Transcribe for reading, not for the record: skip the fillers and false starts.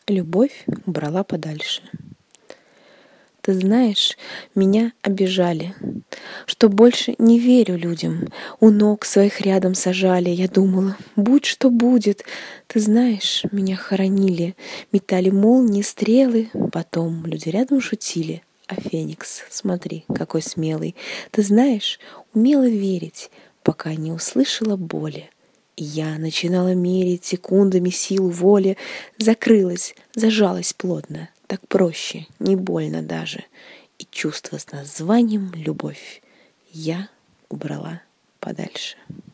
Любовь убрала подальше. Ты знаешь, меня обижали, что больше не верю людям. У ног своих рядом сажали. Я думала, будь что будет. Ты знаешь, меня хоронили, метали молнии, стрелы. Потом люди рядом шутили. А Феникс, смотри, какой смелый. Ты знаешь, умела верить, пока не услышала боли. И я начинала мерить секундами силу воли, закрылась, зажалась плотно, так проще, не больно даже. И чувство с названием любовь я убрала подальше.